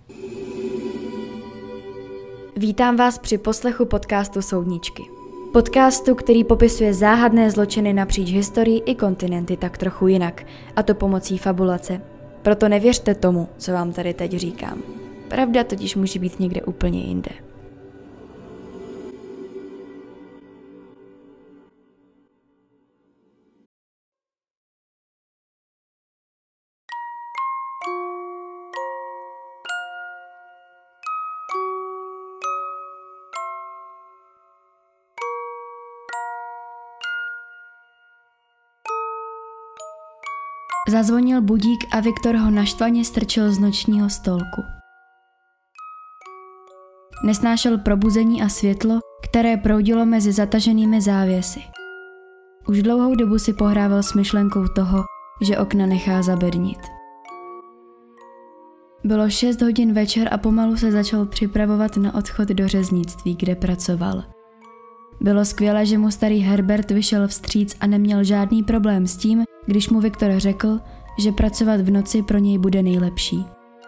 Vítám vás při poslechu podcastu Soudničky. Podcastu, který popisuje záhadné zločiny napříč historií i kontinenty tak trochu jinak, a to pomocí fabulace. Proto nevěřte tomu, co vám tady teď říkám. Pravda totiž může být někde úplně jinde. Zazvonil budík a Viktor ho naštvaně strčil z nočního stolku. Nesnášel probuzení a světlo, které proudilo mezi zataženými závěsy. Už dlouhou dobu si pohrával s myšlenkou toho, že okna nechá zabednit. Bylo 6 hodin večer a pomalu se začal připravovat na odchod do řeznictví, kde pracoval. Bylo skvělé, že mu starý Herbert vyšel vstříc a neměl žádný problém s tím, když mu Viktor řekl, že pracovat v noci pro něj bude nejlepší.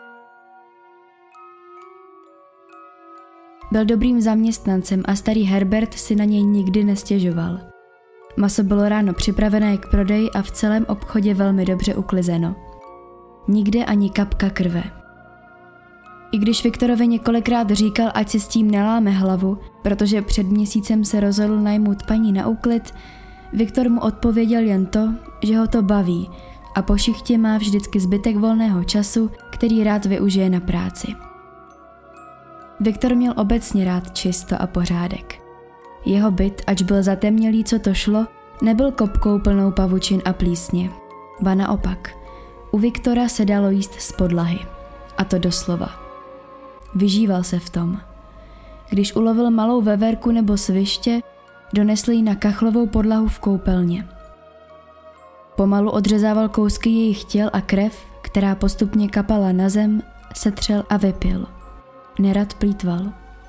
Byl dobrým zaměstnancem a starý Herbert si na něj nikdy nestěžoval. Maso bylo ráno připravené k prodeji a v celém obchodě velmi dobře uklizeno. Nikde ani kapka krve. I když Viktorovi několikrát říkal, ať si s tím neláme hlavu, protože před měsícem se rozhodl najmout paní na úklid, Viktor mu odpověděl jen to, že ho to baví a po šichtě má vždycky zbytek volného času, který rád využije na práci. Viktor měl obecně rád čisto a pořádek. Jeho byt, ač byl zatemnělý, co to šlo, nebyl kopkou plnou pavučin a plísně. Ba naopak, u Viktora se dalo jíst z podlahy. A to doslova. Vyžíval se v tom. Když ulovil malou veverku nebo sviště, donesl ji na kachlovou podlahu v koupelně. Pomalu odřezával kousky jejich těl a krev, která postupně kapala na zem, setřel a vypil. Nerad plýtval.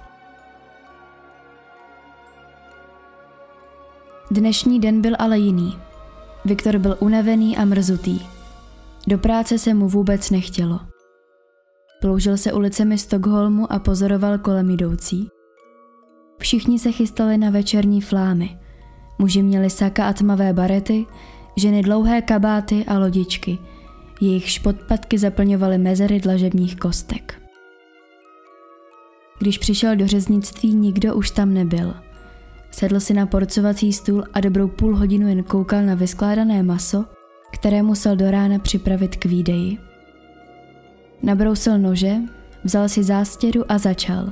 Dnešní den byl ale jiný. Viktor byl unavený a mrzutý. Do práce se mu vůbec nechtělo. Ploužil se ulicemi Stockholmu a pozoroval kolem jdoucí. Všichni se chystali na večerní flámy. Muži měli saka a tmavé barety, ženy dlouhé kabáty a lodičky. Jejich podpatky zaplňovaly mezery dlažebních kostek. Když přišel do řeznictví, nikdo už tam nebyl. Sedl si na porcovací stůl a dobrou půl hodinu jen koukal na vyskládané maso, které musel do rána připravit k výdeji. Nabrousil nože, vzal si zástěru a začal.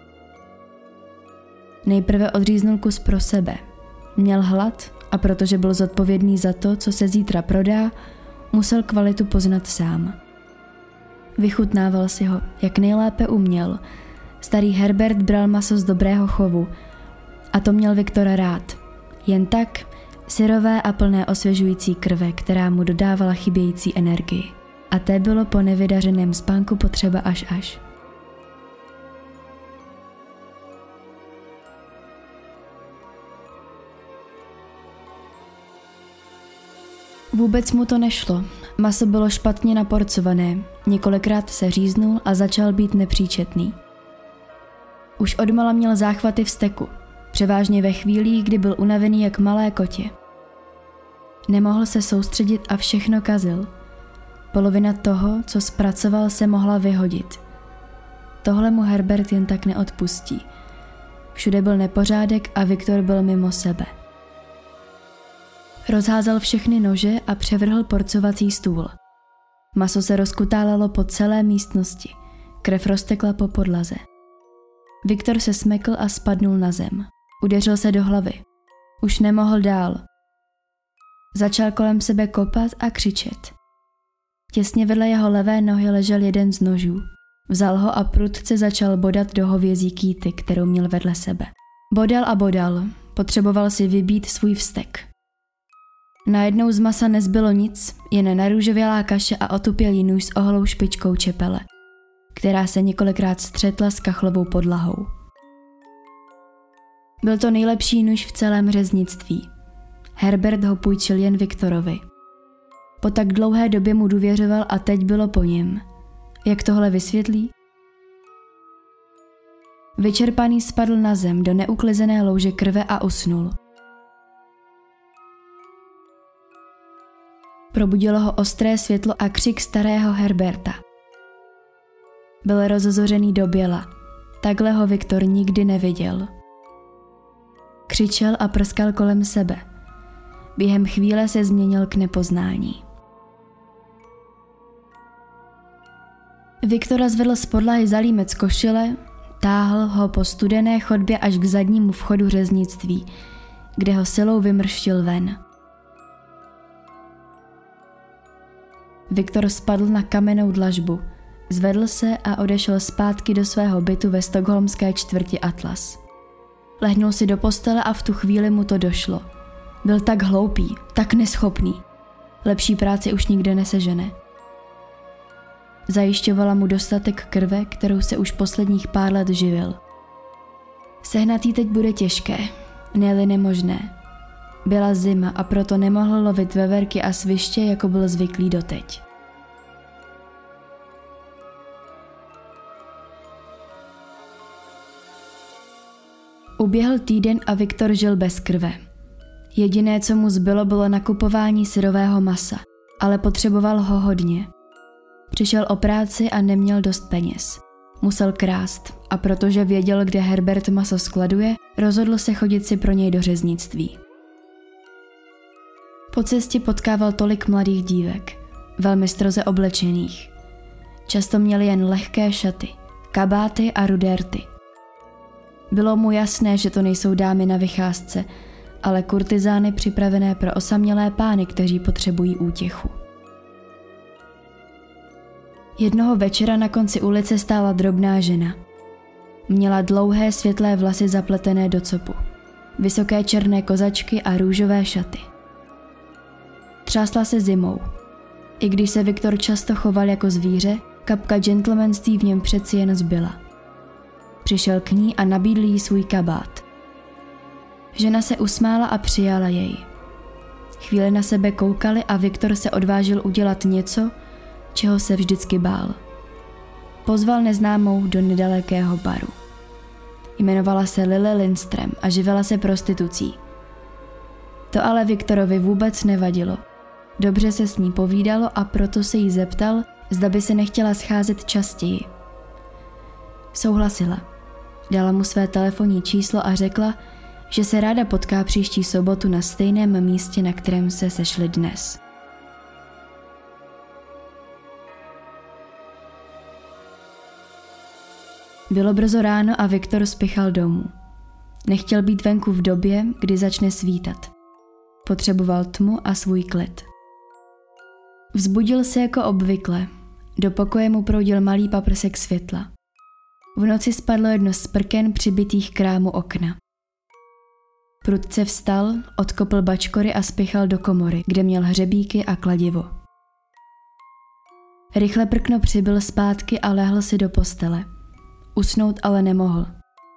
Nejprve odříznul kus pro sebe. Měl hlad a protože byl zodpovědný za to, co se zítra prodá, musel kvalitu poznat sám. Vychutnával si ho, jak nejlépe uměl. Starý Herbert bral maso z dobrého chovu a to měl Viktor rád. Jen tak, syrové a plné osvěžující krve, která mu dodávala chybějící energii. A té bylo po nevydařeném spánku potřeba až. Vůbec mu to nešlo. Maso bylo špatně naporcované, několikrát se říznul a začal být nepříčetný. Už odmala měl záchvaty vzteku, převážně ve chvílích, kdy byl unavený jak malé kotě. Nemohl se soustředit a všechno kazil. Polovina toho, co zpracoval, se mohla vyhodit. Tohle mu Herbert jen tak neodpustí. Všude byl nepořádek a Viktor byl mimo sebe. Rozházel všechny nože a převrhl porcovací stůl. Maso se rozkutálelo po celé místnosti. Krev roztekla po podlaze. Viktor se smekl a spadnul na zem. Udeřil se do hlavy. Už nemohl dál. Začal kolem sebe kopat a křičet. Těsně vedle jeho levé nohy ležel jeden z nožů. Vzal ho a prudce začal bodat do hovězí kýty, kterou měl vedle sebe. Bodal a bodal. Potřeboval si vybít svůj vztek. Najednou z masa nezbylo nic, jen narůžovělá kaše a otupělý nůž s oholou špičkou čepele, která se několikrát střetla s kachlovou podlahou. Byl to nejlepší nůž v celém řeznictví. Herbert ho půjčil jen Viktorovi. Po tak dlouhé době mu důvěřoval a teď bylo po něm. Jak tohle vysvětlí? Vyčerpaný spadl na zem do neuklizené louže krve a usnul. Probudilo ho ostré světlo a křik starého Herberta. Byl rozozořený do běla. Takhle ho Viktor nikdy neviděl. Křičel a prskal kolem sebe. Během chvíle se změnil k nepoznání. Viktora zvedl z podlahy za límec košile, táhl ho po studené chodbě až k zadnímu vchodu řeznictví, kde ho silou vymrštil ven. Viktor spadl na kamennou dlažbu, zvedl se a odešel zpátky do svého bytu ve stockholmské čtvrti Atlas. Lehnul si do postele a v tu chvíli mu to došlo. Byl tak hloupý, tak neschopný. Lepší práci už nikde nesežene. Zajišťovala mu dostatek krve, kterou se už posledních pár let živil. Sehnat jí teď bude těžké, ne-li nemožné. Byla zima a proto nemohl lovit veverky a sviště, jako byl zvyklý doteď. Uběhl týden a Viktor žil bez krve. Jediné, co mu zbylo, bylo nakupování syrového masa, ale potřeboval ho hodně. Přišel o práci a neměl dost peněz. Musel krást a protože věděl, kde Herbert maso skladuje, rozhodl se chodit si pro něj do řeznictví. Po cestě potkával tolik mladých dívek, velmi stroze oblečených. Často měli jen lehké šaty, kabáty a rudé rty. Bylo mu jasné, že to nejsou dámy na vycházce, ale kurtizány připravené pro osamělé pány, kteří potřebují útěchu. Jednoho večera na konci ulice stála drobná žena. Měla dlouhé světlé vlasy zapletené do copu, vysoké černé kozačky a růžové šaty. Třásla se zimou. I když se Viktor často choval jako zvíře, kapka gentlemanství v něm přeci jen zbyla. Přišel k ní a nabídl jí svůj kabát. Žena se usmála a přijala jej. Chvíli na sebe koukali a Viktor se odvážil udělat něco, čeho se vždycky bál. Pozval neznámou do nedalekého baru. Jmenovala se Lily Lindström a živila se prostitucí. To ale Viktorovi vůbec nevadilo. Dobře se s ní povídalo a proto se jí zeptal, zda by se nechtěla scházet častěji. Souhlasila. Dala mu své telefonní číslo a řekla, že se ráda potká příští sobotu na stejném místě, na kterém se sešli dnes. Bylo brzo ráno a Viktor spěchal domů. Nechtěl být venku v době, kdy začne svítat. Potřeboval tmu a svůj klid. Vzbudil se jako obvykle. Do pokoje mu proudil malý paprsek světla. V noci spadlo jedno z prken přibitých k rámu okna. Prudce vstal, odkopl bačkory a spěchal do komory, kde měl hřebíky a kladivo. Rychle prkno přibyl zpátky a lehl si do postele. Usnout ale nemohl.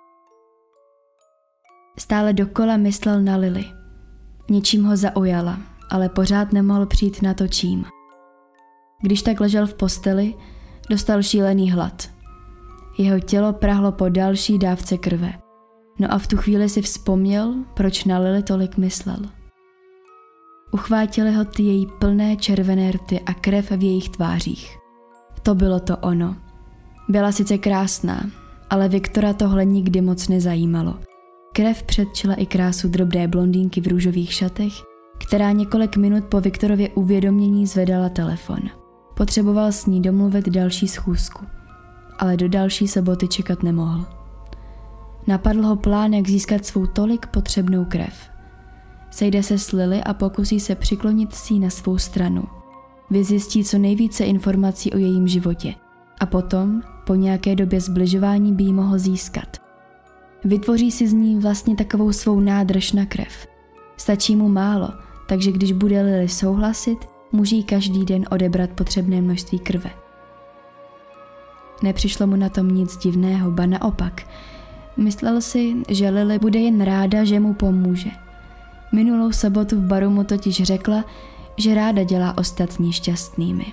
Stále dokola myslel na Lily. Něčím ho zaujala, ale pořád nemohl přijít na to čím. Když tak ležel v posteli, dostal šílený hlad. Jeho tělo prahlo po další dávce krve. No a v tu chvíli si vzpomněl, proč na Lily tolik myslel. Uchvátily ho ty její plné červené rty a krev v jejich tvářích. To bylo to ono. Byla sice krásná, ale Viktora tohle nikdy moc nezajímalo. Krev předčila i krásu drobné blondýnky v růžových šatech, která několik minut po Viktorově uvědomění zvedala telefon. Potřeboval s ní domluvit další schůzku, ale do další soboty čekat nemohl. Napadl ho plán, jak získat svou tolik potřebnou krev. Sejde se s Lily a pokusí se přiklonit si ji na svou stranu. Vyzjistí co nejvíce informací o jejím životě a potom, po nějaké době zbližování, by ji mohl získat. Vytvoří si z ní vlastně takovou svou nádrž na krev. Stačí mu málo, takže když bude Lily souhlasit, může jí každý den odebrat potřebné množství krve. Nepřišlo mu na tom nic divného, ba naopak. Myslel si, že Lily bude jen ráda, že mu pomůže. Minulou sobotu v baru mu totiž řekla, že ráda dělá ostatní šťastnými.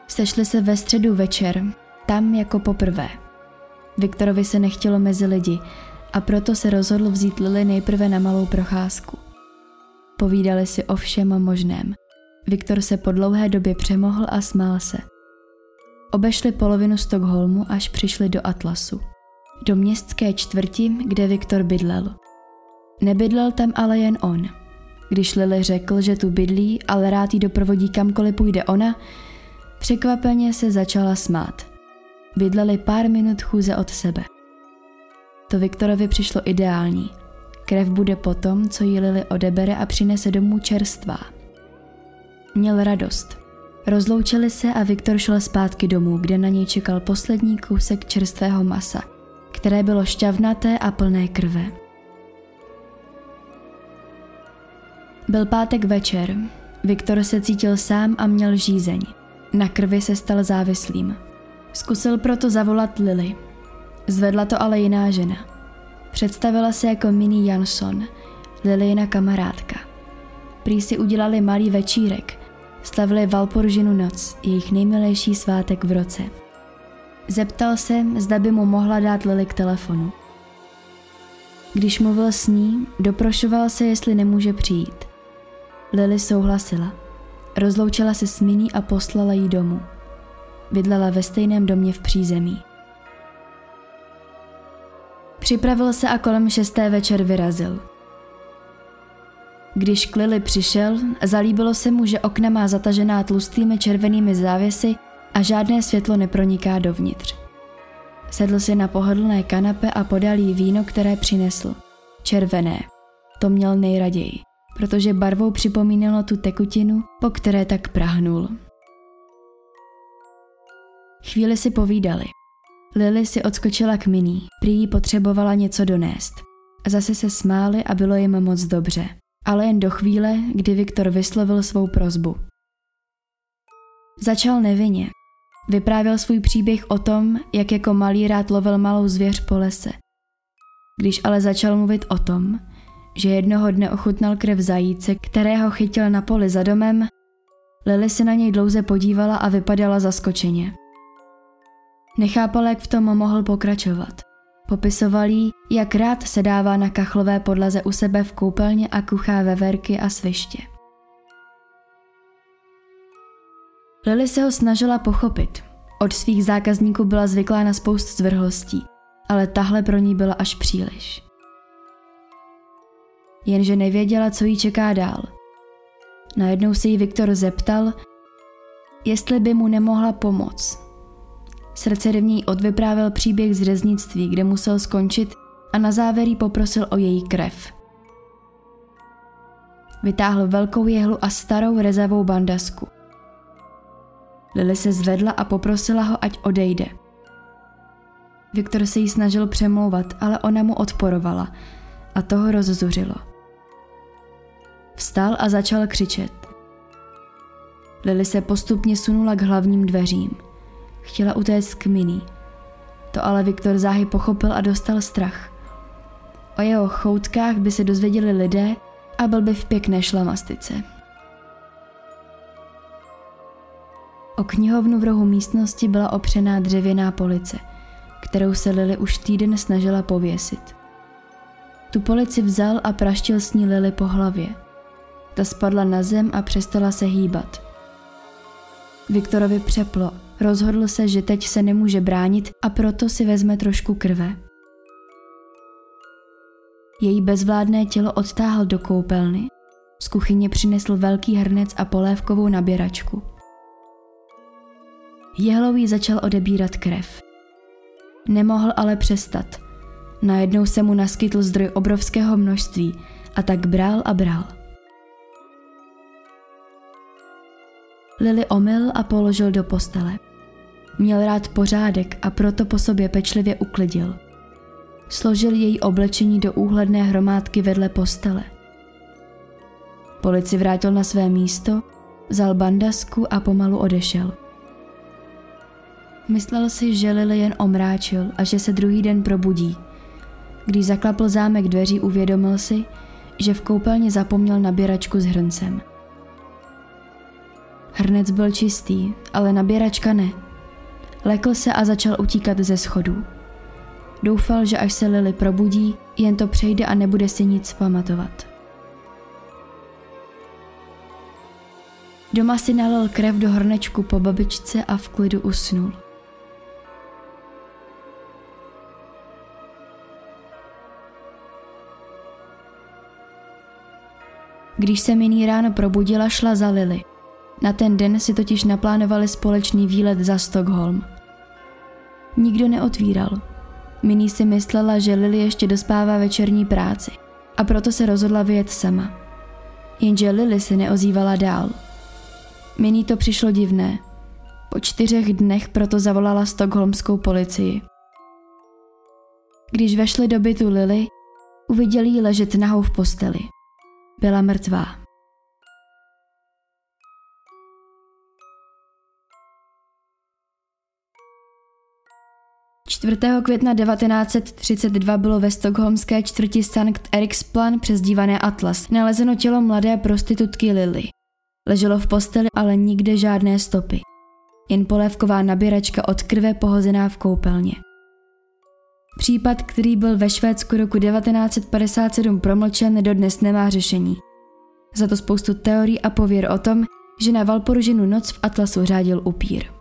Sešli se ve středu večer, tam jako poprvé. Viktorovi se nechtělo mezi lidi a proto se rozhodl vzít Lily nejprve na malou procházku. Povídali si o všem možném. Viktor se po dlouhé době přemohl a smál se. Obešli polovinu Stockholmu, až přišli do Atlasu. Do městské čtvrti, kde Viktor bydlel. Nebydlel tam ale jen on. Když Lily řekl, že tu bydlí, ale rád jí doprovodí kamkoliv půjde ona, překvapeně se začala smát. Bydleli pár minut chůze od sebe. To Viktorovi přišlo ideální. Krev bude po tom, co jí Lily odebere a přinese domů čerstvá. Měl radost. Rozloučili se a Viktor šel zpátky domů, kde na něj čekal poslední kousek čerstvého masa, které bylo šťavnaté a plné krve. Byl pátek večer. Viktor se cítil sám a měl žízeň. Na krvi se stal závislým. Zkusil proto zavolat Lily. Zvedla to ale jiná žena. Představila se jako Minnie Jansson, Lilyina kamarádka. Prý si udělali malý večírek. Slavili Valporžinu noc, jejich nejmilejší svátek v roce. Zeptal se, zda by mu mohla dát Lily k telefonu. Když mluvil s ní, doprošoval se, jestli nemůže přijít. Lily souhlasila. Rozloučila se s Minnie a poslala jí domů. Bydlela ve stejném domě v přízemí. Připravil se a kolem 6. večer vyrazil. Když k Lily přišel, zalíbilo se mu, že okna má zatažená tlustými červenými závěsy a žádné světlo neproniká dovnitř. Sedl si na pohodlné kanape a podal jí víno, které přinesl. Červené. To měl nejraději, protože barvou připomínalo tu tekutinu, po které tak prahnul. Chvíli si povídali. Lily si odskočila k Minnie, prý jí potřebovala něco donést. Zase se smáli a bylo jim moc dobře. Ale jen do chvíle, kdy Viktor vyslovil svou prosbu. Začal nevinně. Vyprávěl svůj příběh o tom, jak jako malý rád lovil malou zvěř po lese. Když ale začal mluvit o tom, že jednoho dne ochutnal krev zajíce, kterého chytil na poli za domem, Lily se na něj dlouze podívala a vypadala zaskočeně. Nechápala, jak v tom mohl pokračovat. Popisoval jí, jak rád se dává na kachlové podlaze u sebe v koupelně a kuchá veverky a sviště. Lily se ho snažila pochopit. Od svých zákazníků byla zvyklá na spoustu zvrhlostí, ale tahle pro ní byla až příliš. Jenže nevěděla, co jí čeká dál. Najednou se jí Viktor zeptal, jestli by mu nemohla pomoct. Srdce v ní odvyprávěl příběh z řeznictví, kde musel skončit a na závěr jí poprosil o její krev. Vytáhl velkou jehlu a starou rezavou bandasku. Lily se zvedla a poprosila ho, ať odejde. Viktor se jí snažil přemlouvat, ale ona mu odporovala a toho rozzuřilo. Vstal a začal křičet. Lily se postupně sunula k hlavním dveřím. Chtěla utéct k Minnie. To ale Viktor záhy pochopil a dostal strach. O jeho choutkách by se dozvěděli lidé a byl by v pěkné šlamastice. O knihovnu v rohu místnosti byla opřená dřevěná police, kterou se Lily už týden snažila pověsit. Tu polici vzal a praštil s ní Lily po hlavě. Ta spadla na zem a přestala se hýbat. Viktorovi přeplo. Rozhodl se, že teď se nemůže bránit a proto si vezme trošku krve. Její bezvládné tělo odtáhl do koupelny, z kuchyně přinesl velký hrnec a polévkovou naběračku. Jehlou jí začal odebírat krev. Nemohl ale přestat. Najednou se mu naskytl zdroj obrovského množství a tak bral a bral. Lily omyl a položil do postele. Měl rád pořádek a proto po sobě pečlivě uklidil. Složil její oblečení do úhledné hromádky vedle postele. Polici vrátil na své místo, vzal bandasku a pomalu odešel. Myslel si, že Lily jen omráčil a že se druhý den probudí. Když zaklapl zámek dveří, uvědomil si, že v koupelně zapomněl nabíračku s hrncem. Hrnec byl čistý, ale nabíračka ne. Lekl se a začal utíkat ze schodů. Doufal, že až se Lily probudí, jen to přejde a nebude si nic pamatovat. Doma si nalil krev do hrnečku po babičce a v klidu usnul. Když se Minnie ráno probudila, šla za Lily. Na ten den si totiž naplánovali společný výlet za Stockholm. Nikdo neotvíral. Minnie si myslela, že Lily ještě dospává večerní práci a proto se rozhodla vyjet sama. Jenže Lily se neozývala dál. Minnie to přišlo divné. Po 4 dnech proto zavolala stockholmskou policii. Když vešli do bytu Lily, uviděli ji ležet nahou v posteli. Byla mrtvá. "4. května 1932 bylo ve stockholmské čtvrti Sankt Eriksplan přezdívané Atlas nalezeno tělo mladé prostitutky Lily. Leželo v posteli, ale nikde žádné stopy. Jen polévková nabíračka od krve pohozená v koupelně. Případ, který byl ve Švédsku roku 1957 promlčen, dodnes nemá řešení. Za to spoustu teorií a pověr o tom, že na Valporužinu noc v Atlasu řádil upír.